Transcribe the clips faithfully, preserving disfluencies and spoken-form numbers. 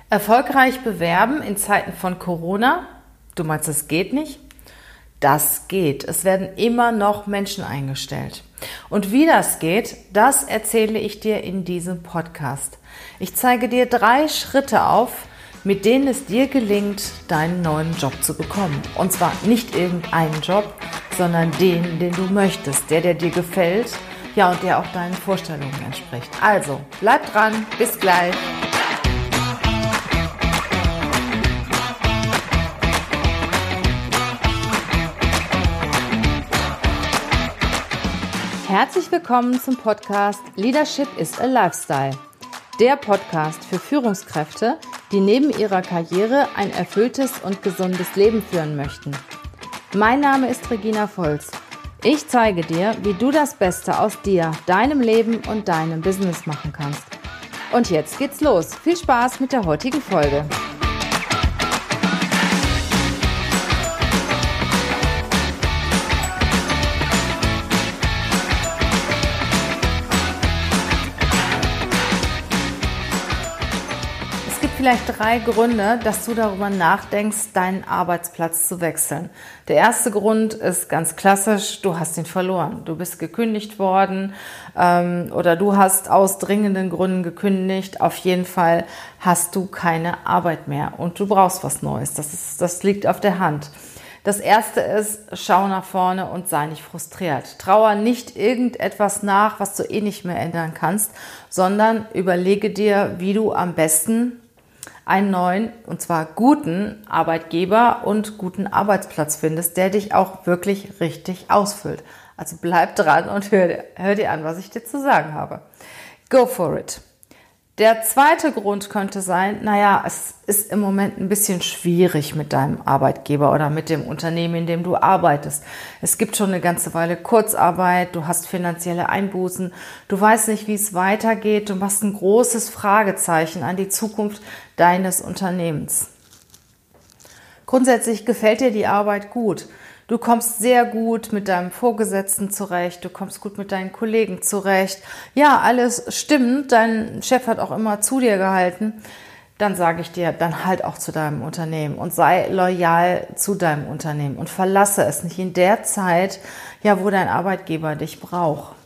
Erfolgreich bewerben in Zeiten von Corona? Du meinst, das geht nicht? Das geht. Es werden immer noch Menschen eingestellt. Und wie das geht, das erzähle ich dir in diesem Podcast. Ich zeige dir drei Schritte auf, mit denen es dir gelingt, deinen neuen Job zu bekommen. Und zwar nicht irgendeinen Job, sondern den, den du möchtest, der, der dir gefällt, ja, und der auch deinen Vorstellungen entspricht. Also, bleib dran, bis gleich. Herzlich willkommen zum Podcast Leadership is a Lifestyle. Der Podcast für Führungskräfte, die neben ihrer Karriere ein erfülltes und gesundes Leben führen möchten. Mein Name ist Regina Volz. Ich zeige dir, wie du das Beste aus dir, deinem Leben und deinem Business machen kannst. Und jetzt geht's los. Viel Spaß mit der heutigen Folge. Vielleicht drei Gründe, dass du darüber nachdenkst, deinen Arbeitsplatz zu wechseln. Der erste Grund ist ganz klassisch, du hast ihn verloren. Du bist gekündigt worden ähm, oder du hast aus dringenden Gründen gekündigt. Auf jeden Fall hast du keine Arbeit mehr und du brauchst was Neues. Das ist, das liegt auf der Hand. Das erste ist, schau nach vorne und sei nicht frustriert. Trauer nicht irgendetwas nach, was du eh nicht mehr ändern kannst, sondern überlege dir, wie du am besten einen neuen, und zwar guten Arbeitgeber und guten Arbeitsplatz findest, der dich auch wirklich richtig ausfüllt. Also bleib dran und hör, hör dir an, was ich dir zu sagen habe. Go for it. Der zweite Grund könnte sein, naja, es ist im Moment ein bisschen schwierig mit deinem Arbeitgeber oder mit dem Unternehmen, in dem du arbeitest. Es gibt schon eine ganze Weile Kurzarbeit, du hast finanzielle Einbußen, du weißt nicht, wie es weitergeht, du machst ein großes Fragezeichen an die Zukunft deines Unternehmens. Grundsätzlich gefällt dir die Arbeit gut. Du kommst sehr gut mit deinem Vorgesetzten zurecht, du kommst gut mit deinen Kollegen zurecht. Ja, alles stimmt, dein Chef hat auch immer zu dir gehalten. Dann sage ich dir, dann halt auch zu deinem Unternehmen und sei loyal zu deinem Unternehmen und verlasse es nicht in der Zeit, ja, wo dein Arbeitgeber dich braucht.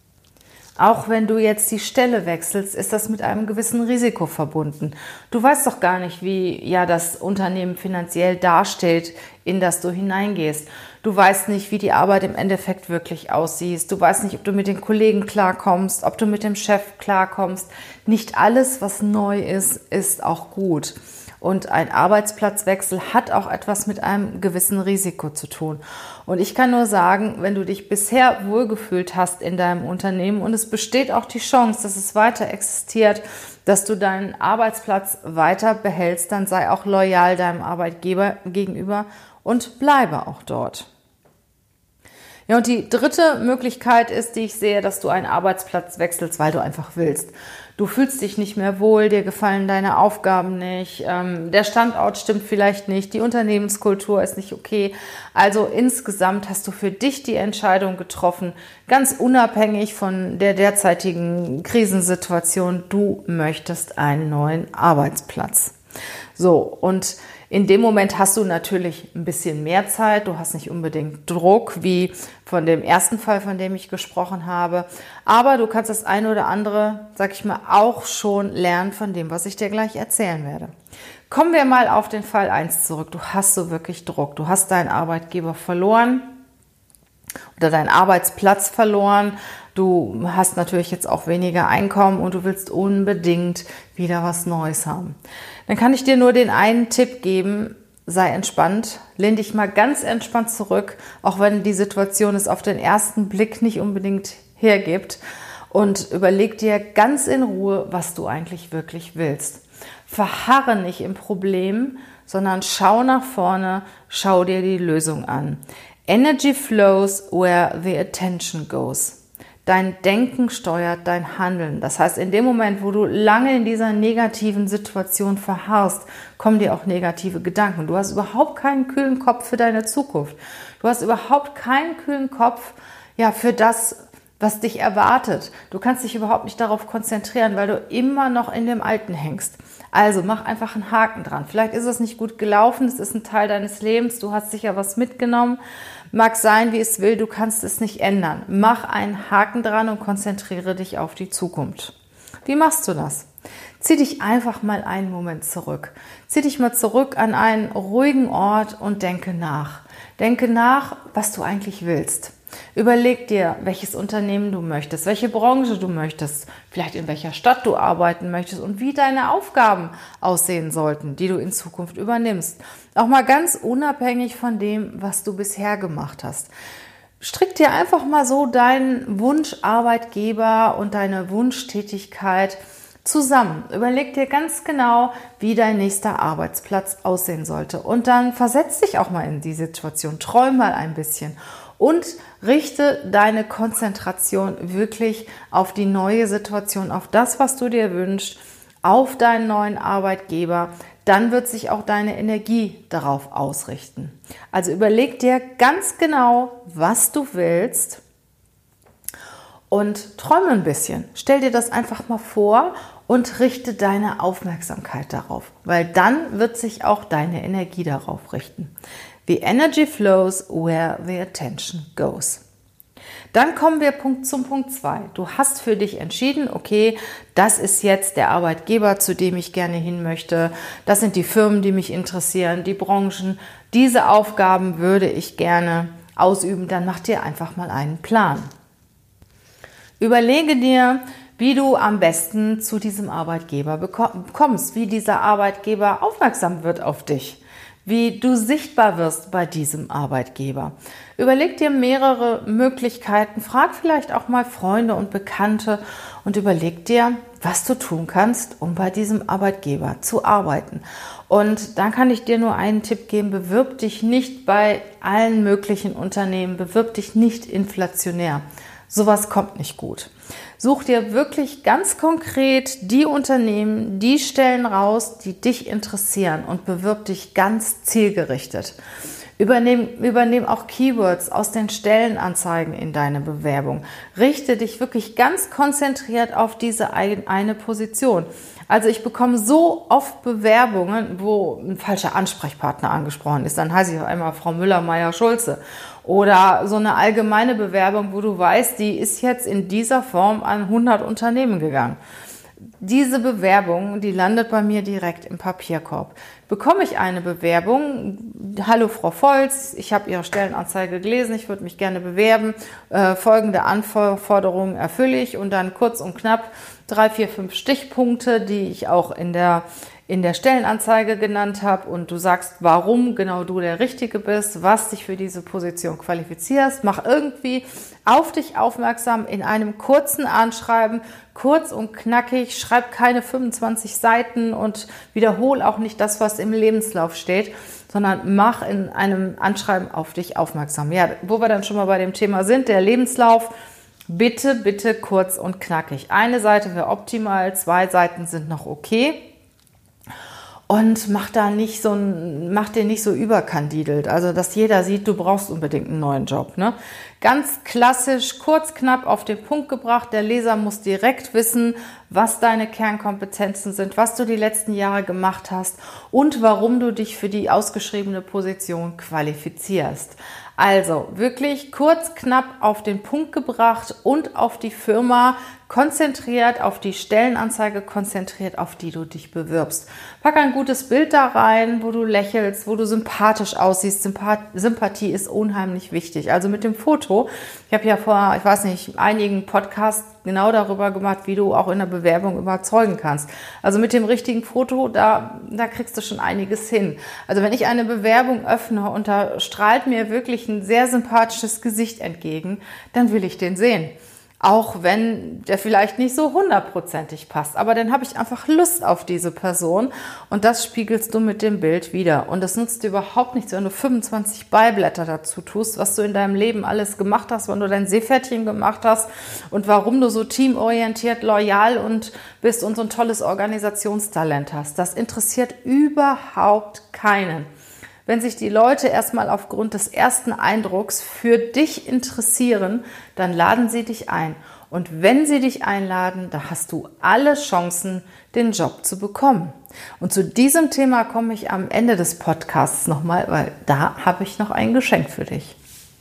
Auch wenn du jetzt die Stelle wechselst, ist das mit einem gewissen Risiko verbunden. Du weißt doch gar nicht, wie ja das Unternehmen finanziell dasteht, in das du hineingehst. Du weißt nicht, wie die Arbeit im Endeffekt wirklich aussieht. Du weißt nicht, ob du mit den Kollegen klarkommst, ob du mit dem Chef klarkommst. Nicht alles, was neu ist, ist auch gut. Und ein Arbeitsplatzwechsel hat auch etwas mit einem gewissen Risiko zu tun. Und ich kann nur sagen, wenn du dich bisher wohlgefühlt hast in deinem Unternehmen und es besteht auch die Chance, dass es weiter existiert, dass du deinen Arbeitsplatz weiter behältst, dann sei auch loyal deinem Arbeitgeber gegenüber und bleibe auch dort. Ja, und die dritte Möglichkeit ist, die ich sehe, dass du einen Arbeitsplatz wechselst, weil du einfach willst. Du fühlst dich nicht mehr wohl, dir gefallen deine Aufgaben nicht, ähm, der Standort stimmt vielleicht nicht, die Unternehmenskultur ist nicht okay. Also insgesamt hast du für dich die Entscheidung getroffen, ganz unabhängig von der derzeitigen Krisensituation, du möchtest einen neuen Arbeitsplatz. So, und in dem Moment hast du natürlich ein bisschen mehr Zeit, du hast nicht unbedingt Druck, wie von dem ersten Fall, von dem ich gesprochen habe, aber du kannst das eine oder andere, sag ich mal, auch schon lernen von dem, was ich dir gleich erzählen werde. Kommen wir mal auf den Fall eins zurück. Du hast so wirklich Druck, du hast deinen Arbeitgeber verloren oder deinen Arbeitsplatz verloren. Du hast natürlich jetzt auch weniger Einkommen und du willst unbedingt wieder was Neues haben. Dann kann ich dir nur den einen Tipp geben, sei entspannt, lehn dich mal ganz entspannt zurück, auch wenn die Situation es auf den ersten Blick nicht unbedingt hergibt und überleg dir ganz in Ruhe, was du eigentlich wirklich willst. Verharre nicht im Problem, sondern schau nach vorne, schau dir die Lösung an. Energy flows where the attention goes. Dein Denken steuert dein Handeln. Das heißt, in dem Moment, wo du lange in dieser negativen Situation verharrst, kommen dir auch negative Gedanken. Du hast überhaupt keinen kühlen Kopf für deine Zukunft. Du hast überhaupt keinen kühlen Kopf, ja, für das, was dich erwartet. Du kannst dich überhaupt nicht darauf konzentrieren, weil du immer noch in dem Alten hängst. Also mach einfach einen Haken dran. Vielleicht ist es nicht gut gelaufen, es ist ein Teil deines Lebens, du hast sicher was mitgenommen. Mag sein, wie es will, du kannst es nicht ändern. Mach einen Haken dran und konzentriere dich auf die Zukunft. Wie machst du das? Zieh dich einfach mal einen Moment zurück. Zieh dich mal zurück an einen ruhigen Ort und denke nach. Denke nach, was du eigentlich willst. Überleg dir, welches Unternehmen du möchtest, welche Branche du möchtest, vielleicht in welcher Stadt du arbeiten möchtest und wie deine Aufgaben aussehen sollten, die du in Zukunft übernimmst. Auch mal ganz unabhängig von dem, was du bisher gemacht hast. Strick dir einfach mal so deinen Wunscharbeitgeber und deine Wunschtätigkeit zusammen. Überleg dir ganz genau, wie dein nächster Arbeitsplatz aussehen sollte. Und dann versetz dich auch mal in die Situation, träum mal ein bisschen und richte deine Konzentration wirklich auf die neue Situation, auf das, was du dir wünschst, auf deinen neuen Arbeitgeber. Dann wird sich auch deine Energie darauf ausrichten. Also überleg dir ganz genau, was du willst und träume ein bisschen. Stell dir das einfach mal vor und richte deine Aufmerksamkeit darauf, weil dann wird sich auch deine Energie darauf richten. The energy flows where the attention goes. Dann kommen wir zum Punkt zwei. Du hast für dich entschieden, okay, das ist jetzt der Arbeitgeber, zu dem ich gerne hin möchte. Das sind die Firmen, die mich interessieren, die Branchen. Diese Aufgaben würde ich gerne ausüben. Dann mach dir einfach mal einen Plan. Überlege dir, wie du am besten zu diesem Arbeitgeber kommst, wie dieser Arbeitgeber aufmerksam wird auf dich, wie du sichtbar wirst bei diesem Arbeitgeber. Überleg dir mehrere Möglichkeiten, frag vielleicht auch mal Freunde und Bekannte und überleg dir, was du tun kannst, um bei diesem Arbeitgeber zu arbeiten. Und dann kann ich dir nur einen Tipp geben, bewirb dich nicht bei allen möglichen Unternehmen, bewirb dich nicht inflationär. Sowas kommt nicht gut. Such dir wirklich ganz konkret die Unternehmen, die Stellen raus, die dich interessieren und bewirb dich ganz zielgerichtet. Übernehm, übernehm auch Keywords aus den Stellenanzeigen in deine Bewerbung. Richte dich wirklich ganz konzentriert auf diese eine Position. Also ich bekomme so oft Bewerbungen, wo ein falscher Ansprechpartner angesprochen ist. Dann heiße ich auf einmal Frau Müller-Meyer-Schulze. Oder so eine allgemeine Bewerbung, wo du weißt, die ist jetzt in dieser Form an hundert Unternehmen gegangen. Diese Bewerbung, die landet bei mir direkt im Papierkorb. Bekomme ich eine Bewerbung, hallo Frau Volz, ich habe Ihre Stellenanzeige gelesen, ich würde mich gerne bewerben, äh, folgende Anforderungen erfülle ich und dann kurz und knapp drei, vier, fünf Stichpunkte, die ich auch in der in der Stellenanzeige genannt habe und du sagst, warum genau du der Richtige bist, was dich für diese Position qualifizierst. Mach irgendwie auf dich aufmerksam in einem kurzen Anschreiben, kurz und knackig, schreib keine fünfundzwanzig Seiten und wiederhol auch nicht das, was im Lebenslauf steht, sondern mach in einem Anschreiben auf dich aufmerksam. Ja, wo wir dann schon mal bei dem Thema sind, der Lebenslauf, bitte, bitte kurz und knackig. Eine Seite wäre optimal, zwei Seiten sind noch okay. Und mach da nicht so ein, mach dir nicht so überkandidelt, also dass jeder sieht, du brauchst unbedingt einen neuen Job, ne? Ganz klassisch, kurz, knapp auf den Punkt gebracht. Der Leser muss direkt wissen, was deine Kernkompetenzen sind, was du die letzten Jahre gemacht hast und warum du dich für die ausgeschriebene Position qualifizierst. Also wirklich kurz, knapp auf den Punkt gebracht und auf die Firma konzentriert, auf die Stellenanzeige konzentriert, auf die du dich bewirbst. Pack ein gutes Bild da rein, wo du lächelst, wo du sympathisch aussiehst. Sympath- Sympathie ist unheimlich wichtig. Also mit dem Foto, ich habe ja vor, ich weiß nicht, einigen Podcasts genau darüber gemacht, wie du auch in der Bewerbung überzeugen kannst. Also mit dem richtigen Foto, da, da kriegst du schon einiges hin. Also wenn ich eine Bewerbung öffne und da strahlt mir wirklich ein sehr sympathisches Gesicht entgegen, dann will ich den sehen. Auch wenn der vielleicht nicht so hundertprozentig passt. Aber dann habe ich einfach Lust auf diese Person und das spiegelst du mit dem Bild wieder. Und das nutzt dir überhaupt nichts, wenn du fünfundzwanzig Beiblätter dazu tust, was du in deinem Leben alles gemacht hast, wann du dein Seepferdchen gemacht hast und warum du so teamorientiert, loyal und bist und so ein tolles Organisationstalent hast. Das interessiert überhaupt keinen. Wenn sich die Leute erstmal aufgrund des ersten Eindrucks für dich interessieren, dann laden sie dich ein. Und wenn sie dich einladen, da hast du alle Chancen, den Job zu bekommen. Und zu diesem Thema komme ich am Ende des Podcasts nochmal, weil da habe ich noch ein Geschenk für dich.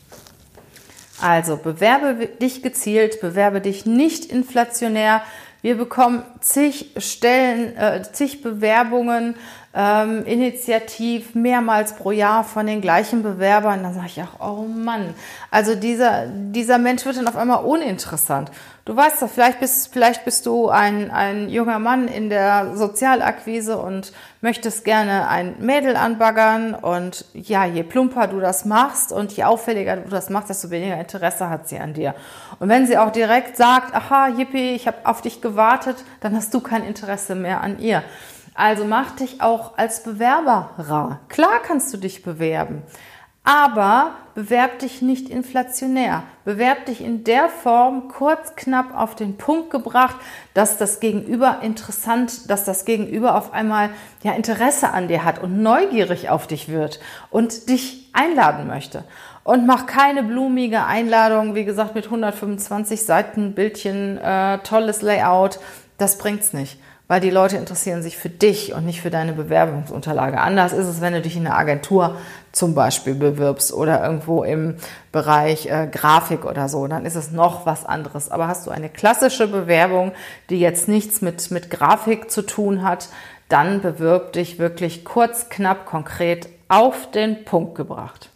Also bewerbe dich gezielt, bewerbe dich nicht inflationär. Wir bekommen zig Stellen, äh, zig Bewerbungen, ähm, initiativ mehrmals pro Jahr von den gleichen Bewerbern. Dann sage ich auch, oh Mann, also dieser, dieser Mensch wird dann auf einmal uninteressant. Du weißt doch, vielleicht bist, vielleicht bist du ein, ein junger Mann in der Sozialakquise und möchtest gerne ein Mädel anbaggern. Und ja, je plumper du das machst und je auffälliger du das machst, desto weniger Interesse hat sie an dir. Und wenn sie auch direkt sagt, aha, yippie, ich habe auf dich gewartet, dann hast du kein Interesse mehr an ihr. Also mach dich auch als Bewerber rar. Klar kannst du dich bewerben, aber bewerb dich nicht inflationär. Bewerb dich in der Form kurz, knapp auf den Punkt gebracht, dass das Gegenüber interessant, dass das Gegenüber auf einmal ja Interesse an dir hat und neugierig auf dich wird und dich einladen möchte. Und mach keine blumige Einladung, wie gesagt, mit hundertfünfundzwanzig Seiten, Bildchen, äh, tolles Layout. Das bringt's nicht, weil die Leute interessieren sich für dich und nicht für deine Bewerbungsunterlage. Anders ist es, wenn du dich in einer Agentur zum Beispiel bewirbst oder irgendwo im Bereich äh, Grafik oder so, dann ist es noch was anderes. Aber hast du eine klassische Bewerbung, die jetzt nichts mit, mit Grafik zu tun hat, dann bewirb dich wirklich kurz, knapp, konkret auf den Punkt gebracht.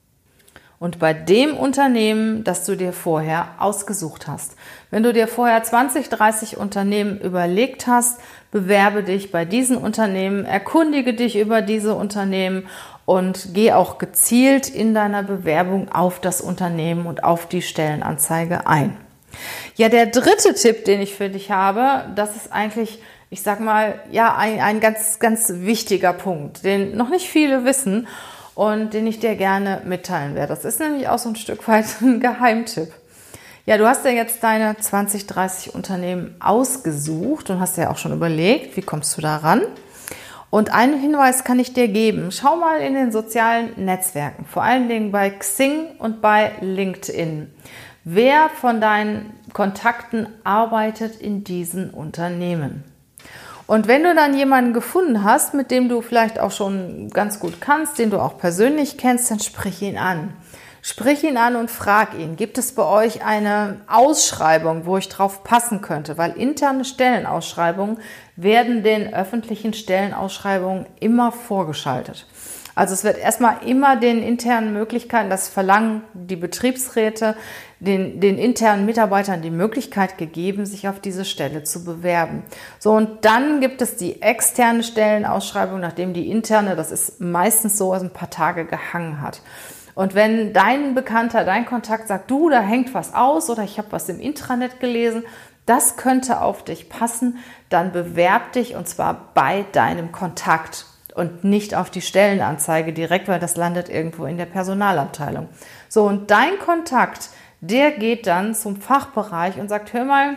Und bei dem Unternehmen, das du dir vorher ausgesucht hast. Wenn du dir vorher zwanzig, dreißig Unternehmen überlegt hast, bewerbe dich bei diesen Unternehmen, erkundige dich über diese Unternehmen und geh auch gezielt in deiner Bewerbung auf das Unternehmen und auf die Stellenanzeige ein. Ja, der dritte Tipp, den ich für dich habe, das ist eigentlich, ich sag mal, ja, ein, ein ganz, ganz wichtiger Punkt, den noch nicht viele wissen und den ich dir gerne mitteilen werde. Das ist nämlich auch so ein Stück weit ein Geheimtipp. Ja, du hast ja jetzt deine zwanzig, dreißig Unternehmen ausgesucht und hast ja auch schon überlegt, wie kommst du da ran? Und einen Hinweis kann ich dir geben. Schau mal in den sozialen Netzwerken, vor allen Dingen bei Xing und bei LinkedIn. Wer von deinen Kontakten arbeitet in diesen Unternehmen? Und wenn du dann jemanden gefunden hast, mit dem du vielleicht auch schon ganz gut kannst, den du auch persönlich kennst, dann sprich ihn an. Sprich ihn an und frag ihn, gibt es bei euch eine Ausschreibung, wo ich drauf passen könnte? Weil interne Stellenausschreibungen werden den öffentlichen Stellenausschreibungen immer vorgeschaltet. Also es wird erstmal immer den internen Möglichkeiten, das verlangen die Betriebsräte, den, den internen Mitarbeitern die Möglichkeit gegeben, sich auf diese Stelle zu bewerben. So, und dann gibt es die externe Stellenausschreibung, nachdem die interne, das ist meistens so, ein paar Tage gehangen hat. Und wenn dein Bekannter, dein Kontakt sagt, du, da hängt was aus oder ich habe was im Intranet gelesen, das könnte auf dich passen, dann bewerb dich und zwar bei deinem Kontakt und nicht auf die Stellenanzeige direkt, weil das landet irgendwo in der Personalabteilung. So, und dein Kontakt, der geht dann zum Fachbereich und sagt, hör mal,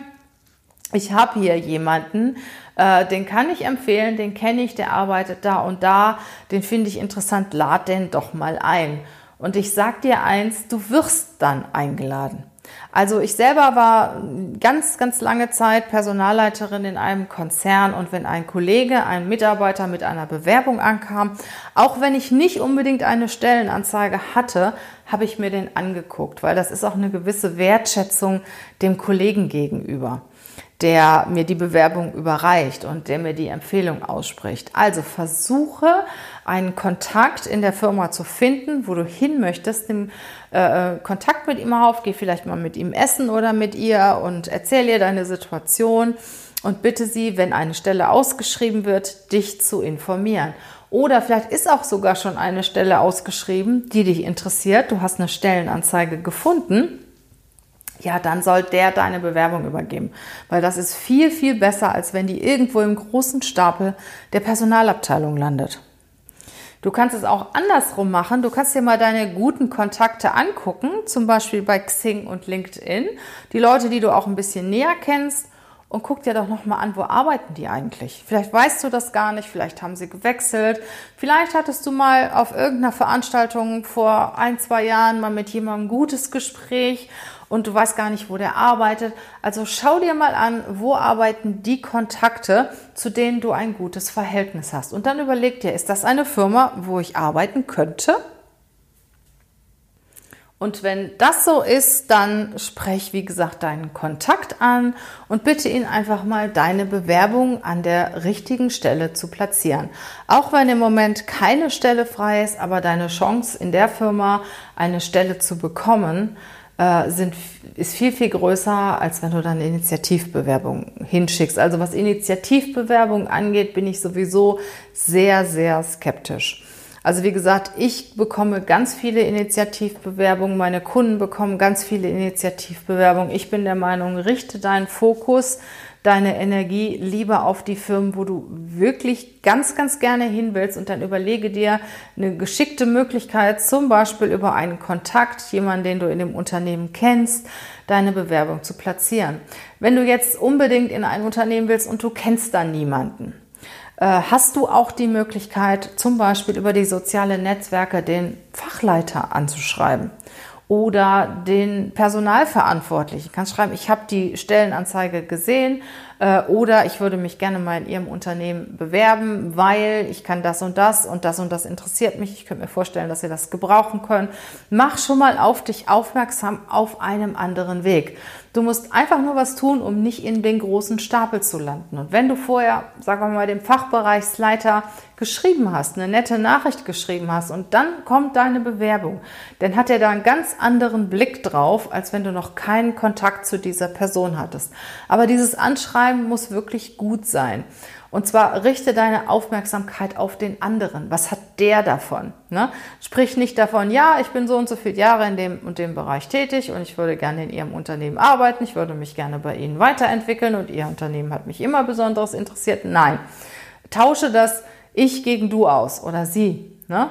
ich habe hier jemanden, äh, den kann ich empfehlen, den kenne ich, der arbeitet da und da, den finde ich interessant, lad den doch mal ein. Und ich sag dir eins, du wirst dann eingeladen. Also ich selber war ganz, ganz lange Zeit Personalleiterin in einem Konzern und wenn ein Kollege, ein Mitarbeiter mit einer Bewerbung ankam, auch wenn ich nicht unbedingt eine Stellenanzeige hatte, habe ich mir den angeguckt, weil das ist auch eine gewisse Wertschätzung dem Kollegen gegenüber, der mir die Bewerbung überreicht und der mir die Empfehlung ausspricht. Also versuche, einen Kontakt in der Firma zu finden, wo du hin möchtest, nimm äh, Kontakt mit ihm auf, geh vielleicht mal mit ihm essen oder mit ihr und erzähl ihr deine Situation und bitte sie, wenn eine Stelle ausgeschrieben wird, dich zu informieren. Oder vielleicht ist auch sogar schon eine Stelle ausgeschrieben, die dich interessiert, du hast eine Stellenanzeige gefunden, ja, dann soll der deine Bewerbung übergeben. Weil das ist viel, viel besser, als wenn die irgendwo im großen Stapel der Personalabteilung landet. Du kannst es auch andersrum machen. Du kannst dir mal deine guten Kontakte angucken, zum Beispiel bei Xing und LinkedIn. Die Leute, die du auch ein bisschen näher kennst und guck dir doch nochmal an, wo arbeiten die eigentlich? Vielleicht weißt du das gar nicht, vielleicht haben sie gewechselt, vielleicht hattest du mal auf irgendeiner Veranstaltung vor ein, zwei Jahren mal mit jemandem ein gutes Gespräch und du weißt gar nicht, wo der arbeitet. Also schau dir mal an, wo arbeiten die Kontakte, zu denen du ein gutes Verhältnis hast. Und dann überleg dir, ist das eine Firma, wo ich arbeiten könnte? Und wenn das so ist, dann sprech, wie gesagt, deinen Kontakt an und bitte ihn einfach mal, deine Bewerbung an der richtigen Stelle zu platzieren. Auch wenn im Moment keine Stelle frei ist, aber deine Chance in der Firma eine Stelle zu bekommen, äh, sind, ist viel, viel größer, als wenn du dann eine Initiativbewerbung hinschickst. Also was Initiativbewerbung angeht, bin ich sowieso sehr, sehr skeptisch. Also wie gesagt, ich bekomme ganz viele Initiativbewerbungen, meine Kunden bekommen ganz viele Initiativbewerbungen. Ich bin der Meinung, richte deinen Fokus, deine Energie lieber auf die Firmen, wo du wirklich ganz, ganz gerne hin willst und dann überlege dir eine geschickte Möglichkeit, zum Beispiel über einen Kontakt, jemanden, den du in dem Unternehmen kennst, deine Bewerbung zu platzieren. Wenn du jetzt unbedingt in ein Unternehmen willst und du kennst da niemanden, hast du auch die Möglichkeit, zum Beispiel über die sozialen Netzwerke den Fachleiter anzuschreiben oder den Personalverantwortlichen. Du kannst schreiben, ich habe die Stellenanzeige gesehen äh, oder ich würde mich gerne mal in Ihrem Unternehmen bewerben, weil ich kann das und das und das und das interessiert mich. Ich könnte mir vorstellen, dass Sie das gebrauchen können. Mach schon mal auf dich aufmerksam auf einem anderen Weg. Du musst einfach nur was tun, um nicht in den großen Stapel zu landen. Und wenn du vorher, sagen wir mal, dem Fachbereichsleiter geschrieben hast, eine nette Nachricht geschrieben hast und dann kommt deine Bewerbung, dann hat er da einen ganz anderen Blick drauf, als wenn du noch keinen Kontakt zu dieser Person hattest. Aber dieses Anschreiben muss wirklich gut sein. Und zwar richte deine Aufmerksamkeit auf den anderen. Was hat der davon? Ne? Sprich nicht davon, ja, ich bin so und so viele Jahre in dem und dem Bereich tätig und ich würde gerne in Ihrem Unternehmen arbeiten, ich würde mich gerne bei Ihnen weiterentwickeln und Ihr Unternehmen hat mich immer Besonderes interessiert. Nein, tausche das Ich gegen Du aus oder Sie. Ne?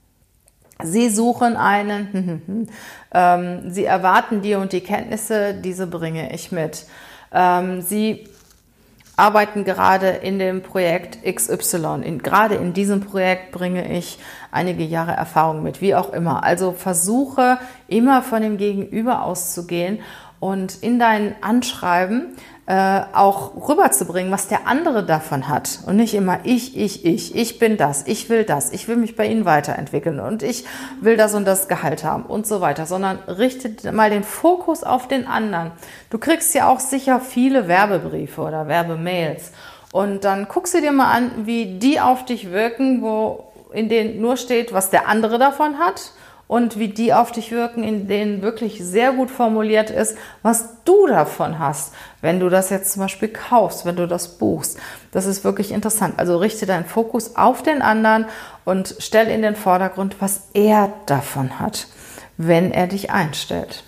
Sie suchen einen, ähm, Sie erwarten die und die Kenntnisse, diese bringe ich mit. Ähm, Sie arbeiten gerade in dem Projekt X Y. In, gerade in diesem Projekt bringe ich einige Jahre Erfahrung mit, wie auch immer. Also versuche immer von dem Gegenüber auszugehen und in dein Anschreiben äh, auch rüberzubringen, was der andere davon hat. Und nicht immer ich, ich, ich, ich bin das, ich will das, ich will mich bei Ihnen weiterentwickeln und ich will das und das Gehalt haben und so weiter, sondern richte mal den Fokus auf den anderen. Du kriegst ja auch sicher viele Werbebriefe oder Werbemails und dann guckst du dir mal an, wie die auf dich wirken, wo in denen nur steht, was der andere davon hat. Und wie die auf dich wirken, in denen wirklich sehr gut formuliert ist, was du davon hast, wenn du das jetzt zum Beispiel kaufst, wenn du das buchst. Das ist wirklich interessant. Also richte deinen Fokus auf den anderen und stell in den Vordergrund, was er davon hat, wenn er dich einstellt.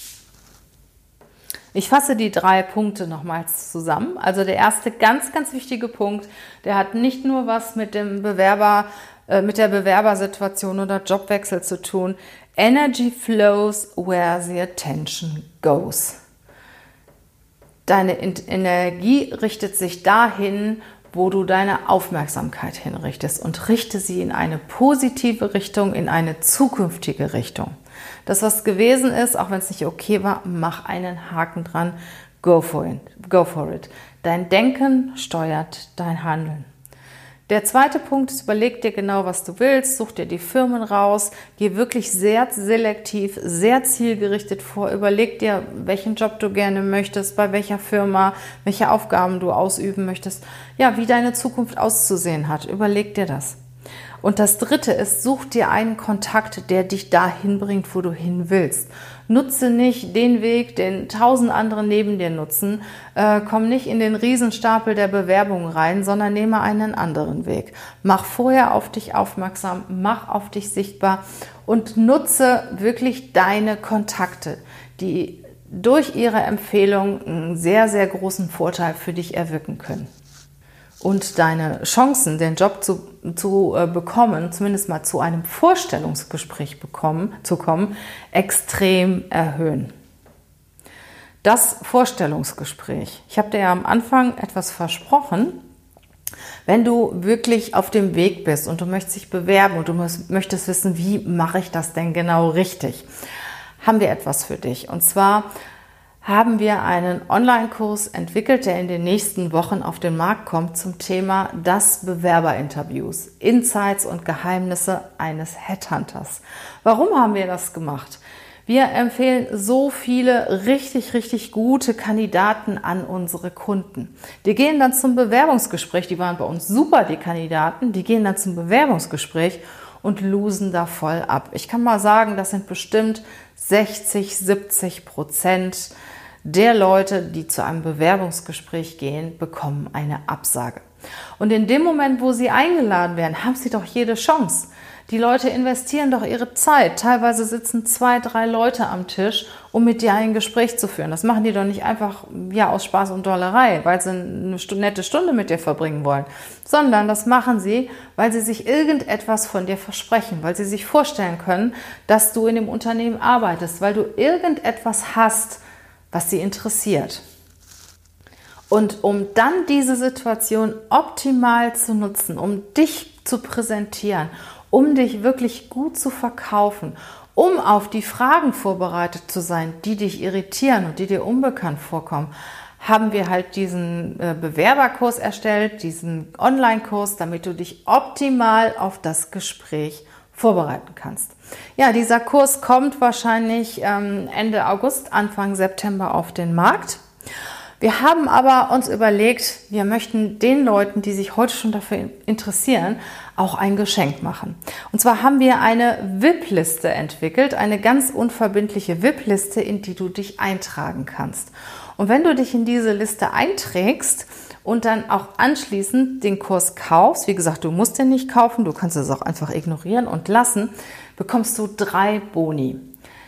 Ich fasse die drei Punkte nochmals zusammen. Also der erste ganz, ganz wichtige Punkt, der hat nicht nur was mit dem Bewerber mit der Bewerbersituation oder Jobwechsel zu tun. Energy flows where the attention goes. Deine Energie richtet sich dahin, wo du deine Aufmerksamkeit hinrichtest und richte sie in eine positive Richtung, in eine zukünftige Richtung. Das, was gewesen ist, auch wenn es nicht okay war, mach einen Haken dran. Go for it. Go for it. Dein Denken steuert dein Handeln. Der zweite Punkt ist, überleg dir genau, was du willst, such dir die Firmen raus, geh wirklich sehr selektiv, sehr zielgerichtet vor, überleg dir, welchen Job du gerne möchtest, bei welcher Firma, welche Aufgaben du ausüben möchtest, ja, wie deine Zukunft auszusehen hat, überleg dir das. Und das dritte ist, such dir einen Kontakt, der dich dahin bringt, wo du hin willst. Nutze nicht den Weg, den tausend andere neben dir nutzen. Äh, komm nicht in den Riesenstapel der Bewerbungen rein, sondern nehme einen anderen Weg. Mach vorher auf dich aufmerksam, mach auf dich sichtbar und nutze wirklich deine Kontakte, die durch ihre Empfehlung einen sehr, sehr großen Vorteil für dich erwirken können. Und deine Chancen, den Job zu, zu äh, bekommen, zumindest mal zu einem Vorstellungsgespräch bekommen, zu kommen, extrem erhöhen. Das Vorstellungsgespräch. Ich habe dir ja am Anfang etwas versprochen. Wenn du wirklich auf dem Weg bist und du möchtest dich bewerben und du möchtest wissen, wie mache ich das denn genau richtig, haben wir etwas für dich. Und zwar haben wir einen Online-Kurs entwickelt, der in den nächsten Wochen auf den Markt kommt zum Thema das Bewerberinterviews, Insights und Geheimnisse eines Headhunters. Warum haben wir das gemacht? Wir empfehlen so viele richtig, richtig gute Kandidaten an unsere Kunden. Die gehen dann zum Bewerbungsgespräch, die waren bei uns super, die Kandidaten, die gehen dann zum Bewerbungsgespräch und losen da voll ab. Ich kann mal sagen, das sind bestimmt sechzig, siebzig Prozent der Leute, die zu einem Bewerbungsgespräch gehen, bekommen eine Absage. Und in dem Moment, wo sie eingeladen werden, haben sie doch jede Chance. Die Leute investieren doch ihre Zeit. Teilweise sitzen zwei, drei Leute am Tisch, um mit dir ein Gespräch zu führen. Das machen die doch nicht einfach ja, aus Spaß und Dollerei, weil sie eine nette Stunde mit dir verbringen wollen, sondern das machen sie, weil sie sich irgendetwas von dir versprechen, weil sie sich vorstellen können, dass du in dem Unternehmen arbeitest, weil du irgendetwas hast, was sie interessiert. Und um dann diese Situation optimal zu nutzen, um dich zu präsentieren, um dich wirklich gut zu verkaufen, um auf die Fragen vorbereitet zu sein, die dich irritieren und die dir unbekannt vorkommen, haben wir halt diesen Bewerberkurs erstellt, diesen Online-Kurs, damit du dich optimal auf das Gespräch vorbereiten kannst. Ja, dieser Kurs kommt wahrscheinlich Ende August, Anfang September auf den Markt. Wir haben aber uns überlegt, wir möchten den Leuten, die sich heute schon dafür interessieren, auch ein Geschenk machen. Und zwar haben wir eine V I P-Liste entwickelt, eine ganz unverbindliche V I P-Liste, in die du dich eintragen kannst. Und wenn du dich in diese Liste einträgst und dann auch anschließend den Kurs kaufst, wie gesagt, du musst den nicht kaufen, du kannst es auch einfach ignorieren und lassen, bekommst du drei Boni.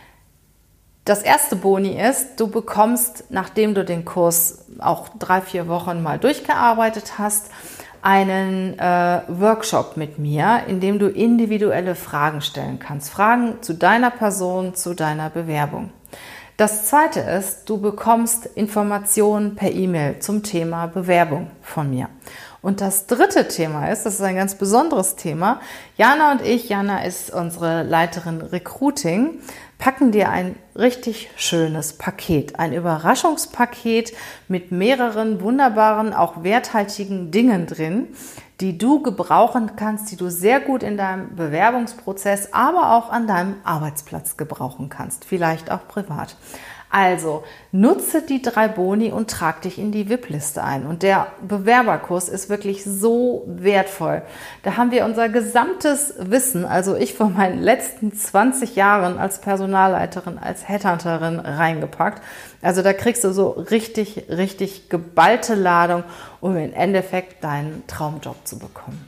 Das erste Boni ist, du bekommst, nachdem du den Kurs auch drei, vier Wochen mal durchgearbeitet hast, einen äh, Workshop mit mir, in dem du individuelle Fragen stellen kannst. Fragen zu deiner Person, zu deiner Bewerbung. Das zweite ist, du bekommst Informationen per E-Mail zum Thema Bewerbung von mir. Und das dritte Thema ist, das ist ein ganz besonderes Thema, Jana und ich, Jana ist unsere Leiterin Recruiting, packen dir ein richtig schönes Paket, ein Überraschungspaket mit mehreren wunderbaren, auch werthaltigen Dingen drin, die du gebrauchen kannst, die du sehr gut in deinem Bewerbungsprozess, aber auch an deinem Arbeitsplatz gebrauchen kannst, vielleicht auch privat. Also nutze die drei Boni und trag dich in die V I P-Liste ein. Und der Bewerberkurs ist wirklich so wertvoll. Da haben wir unser gesamtes Wissen, also ich von meinen letzten zwanzig Jahren als Personalleiterin, als Headhunterin reingepackt. Also da kriegst du so richtig, richtig geballte Ladung, um im Endeffekt deinen Traumjob zu bekommen.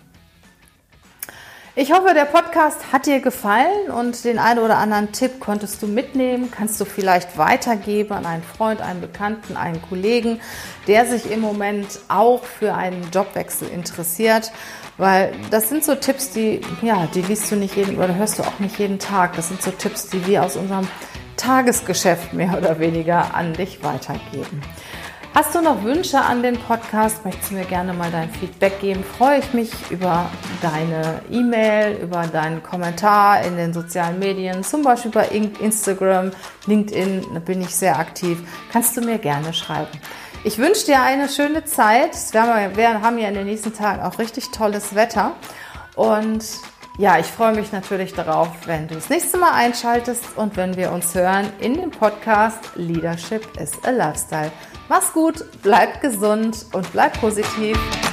Ich hoffe, der Podcast hat dir gefallen und den einen oder anderen Tipp konntest du mitnehmen, kannst du vielleicht weitergeben an einen Freund, einen Bekannten, einen Kollegen, der sich im Moment auch für einen Jobwechsel interessiert, weil das sind so Tipps, die, ja, die liest du nicht jeden oder hörst du auch nicht jeden Tag. Das sind so Tipps, die wir aus unserem Tagesgeschäft mehr oder weniger an dich weitergeben. Hast du noch Wünsche an den Podcast? Möchtest du mir gerne mal dein Feedback geben? Freue ich mich über deine E-Mail, über deinen Kommentar in den sozialen Medien, zum Beispiel bei Instagram, LinkedIn, da bin ich sehr aktiv. Kannst du mir gerne schreiben. Ich wünsche dir eine schöne Zeit. Wir haben ja in den nächsten Tagen auch richtig tolles Wetter. Und ja, ich freue mich natürlich darauf, wenn du das nächste Mal einschaltest und wenn wir uns hören in dem Podcast Leadership is a Lifestyle. Mach's gut, bleib gesund und bleib positiv.